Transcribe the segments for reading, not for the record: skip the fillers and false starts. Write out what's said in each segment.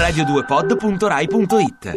radio2pod.rai.it.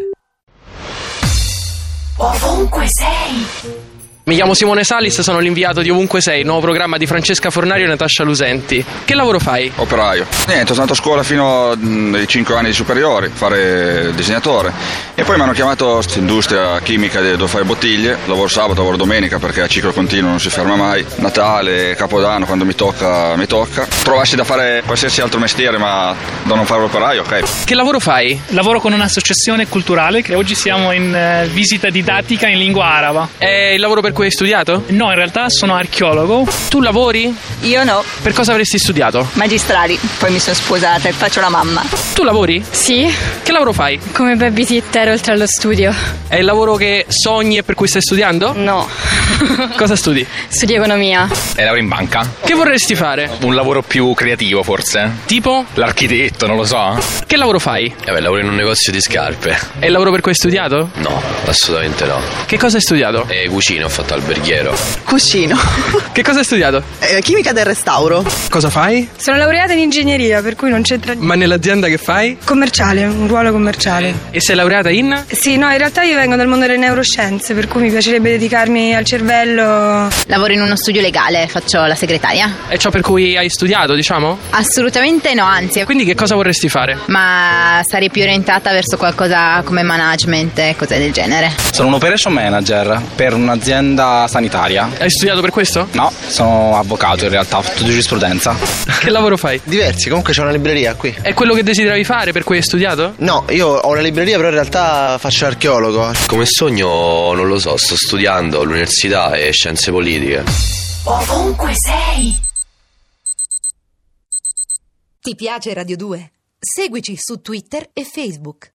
Ovunque sei. Mi chiamo Simone Salis, sono l'inviato di Ovunque Sei, nuovo programma di Francesca Fornario e Natascia Lusenti. Che lavoro fai? Operaio. Niente, sono andato a scuola fino ai 5 anni di superiori, fare disegnatore. E poi mi hanno chiamato in industria chimica dove fare bottiglie. Lavoro sabato, lavoro domenica perché a ciclo continuo non si ferma mai. Natale, Capodanno, quando mi tocca, mi tocca. Trovassi da fare qualsiasi altro mestiere, ma da non fare l'operaio, ok. Che lavoro fai? Lavoro con un'associazione culturale che oggi siamo in visita didattica in lingua araba. È il lavoro per cui hai studiato? No, in realtà sono archeologo. Tu lavori? Io no, Per cosa avresti studiato? magistrali, poi mi sono sposata e faccio la mamma. Tu lavori? Sì, Che lavoro fai? come babysitter oltre allo studio. È il lavoro che sogni e per cui stai studiando? No, Cosa studi? studio economia. E lavoro in banca? Che vorresti fare? Un lavoro più creativo forse? Tipo? L'architetto, non lo so. Che lavoro fai? Lavoro in un negozio di scarpe. È il lavoro per cui hai studiato? No, assolutamente no. Che cosa hai studiato? Cucina, ho fatto alberghiero. Cuscino. Che cosa hai studiato? Chimica del restauro. Cosa fai? Sono laureata in ingegneria, per cui non c'entra Ma nell'azienda che fai? commerciale, un ruolo commerciale. E sei laureata in? Sì, no, in realtà io vengo dal mondo delle neuroscienze, per cui mi piacerebbe dedicarmi al cervello. Lavoro in uno studio legale, faccio la segretaria. È ciò per cui hai studiato, diciamo? Assolutamente no, anzi, Quindi che cosa vorresti fare? ma sarei più orientata verso qualcosa come management e cose del genere. Sono un operation manager per un'azienda sanitaria. Hai studiato per questo? No, sono avvocato in realtà, ho fatto giurisprudenza. Che lavoro fai? Diversi, comunque c'è una libreria qui. È quello che desideravi fare per cui hai studiato? No, io ho una libreria, però in realtà faccio l'archeologo. Come sogno non lo so, sto studiando all'università e scienze politiche. Ovunque sei. Ti piace Radio 2? Seguici su Twitter e Facebook.